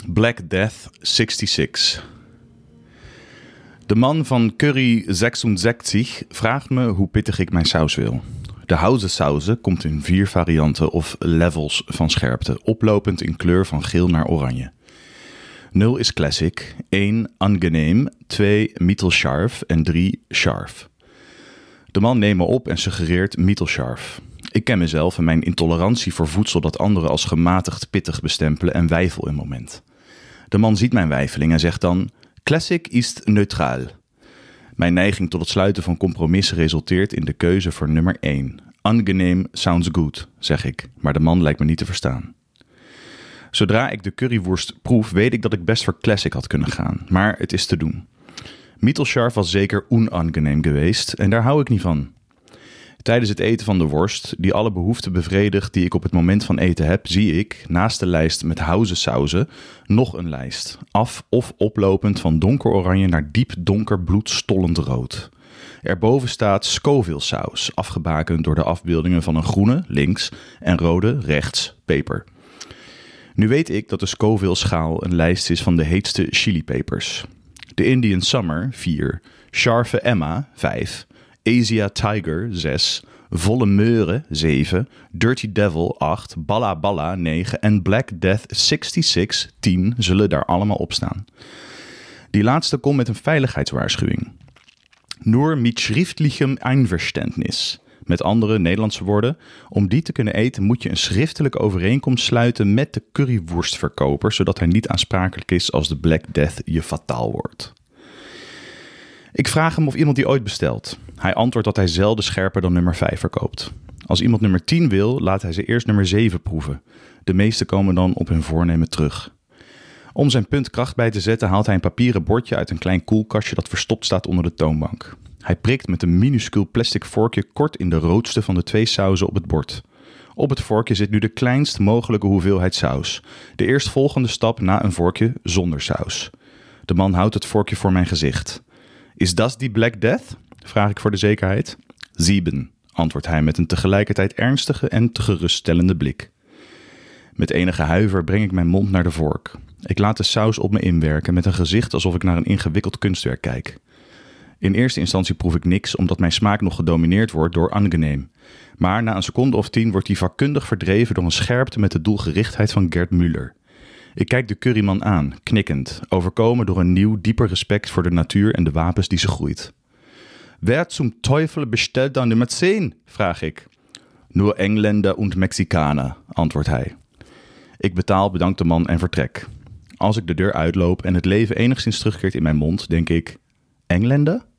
Black Death 66. De man van Curry 66 vraagt me hoe pittig ik mijn saus wil. De Hause-sauze komt in 4 varianten of levels van scherpte, oplopend in kleur van geel naar oranje. 0 is classic, 1 angeneem, 2 mittelscharf en 3 scharf. De man neemt me op en suggereert mittelscharf. Ik ken mezelf en mijn intolerantie voor voedsel dat anderen als gematigd pittig bestempelen en weifel een moment. De man ziet mijn weifeling en zegt dan: classic is neutraal. Mijn neiging tot het sluiten van compromissen resulteert in de keuze voor nummer 1. Angeneem sounds good, zeg ik, maar de man lijkt me niet te verstaan. Zodra ik de curryworst proef, weet ik dat ik best voor classic had kunnen gaan, maar het is te doen. Mittelscharf was zeker unangeneem geweest en daar hou ik niet van. Tijdens het eten van de worst, die alle behoeften bevredigt die ik op het moment van eten heb, zie ik, naast de lijst met Hause-sauzen, nog een lijst. Af- of oplopend van donkeroranje naar diep donker bloedstollend rood. Erboven staat Scoville-saus, afgebakend door de afbeeldingen van een groene, links, en rode, rechts, peper. Nu weet ik dat de Scoville-schaal een lijst is van de heetste chilipepers. De Indian Summer, 4. Scharfe Emma, 5. Asia Tiger, 6. Volle Meure, 7. Dirty Devil, 8. Balla Balla, 9. En Black Death 66, 10 zullen daar allemaal op staan. Die laatste komt met een veiligheidswaarschuwing. Nur mit schriftlichem Einverständnis. Met andere Nederlandse woorden, om die te kunnen eten moet je een schriftelijke overeenkomst sluiten met de curryworstverkoper, zodat hij niet aansprakelijk is als de Black Death je fataal wordt. Ik vraag hem of iemand die ooit bestelt. Hij antwoordt dat hij zelden scherper dan nummer 5 verkoopt. Als iemand nummer 10 wil, laat hij ze eerst nummer 7 proeven. De meesten komen dan op hun voornemen terug. Om zijn punt kracht bij te zetten haalt hij een papieren bordje uit een klein koelkastje dat verstopt staat onder de toonbank. Hij prikt met een minuscuul plastic vorkje kort in de roodste van de 2 sauzen op het bord. Op het vorkje zit nu de kleinst mogelijke hoeveelheid saus. De eerstvolgende stap na een vorkje zonder saus. De man houdt het vorkje voor mijn gezicht. Is dat die Black Death? Vraag ik voor de zekerheid. 7, antwoordt hij met een tegelijkertijd ernstige en te geruststellende blik. Met enige huiver breng ik mijn mond naar de vork. Ik laat de saus op me inwerken met een gezicht alsof ik naar een ingewikkeld kunstwerk kijk. In eerste instantie proef ik niks, omdat mijn smaak nog gedomineerd wordt door angeneem. Maar na een seconde of 10 wordt die vakkundig verdreven door een scherpte met de doelgerichtheid van Gerd Müller. Ik kijk de curryman aan, knikkend, overkomen door een nieuw, dieper respect voor de natuur en de wapens die ze groeit. Wer zum Teufel bestellt dan nummer 10? Vraag ik. Nur Engländer und Mexicaner, antwoordt hij. Ik betaal, bedank de man en vertrek. Als ik de deur uitloop en het leven enigszins terugkeert in mijn mond, denk ik: Engländer?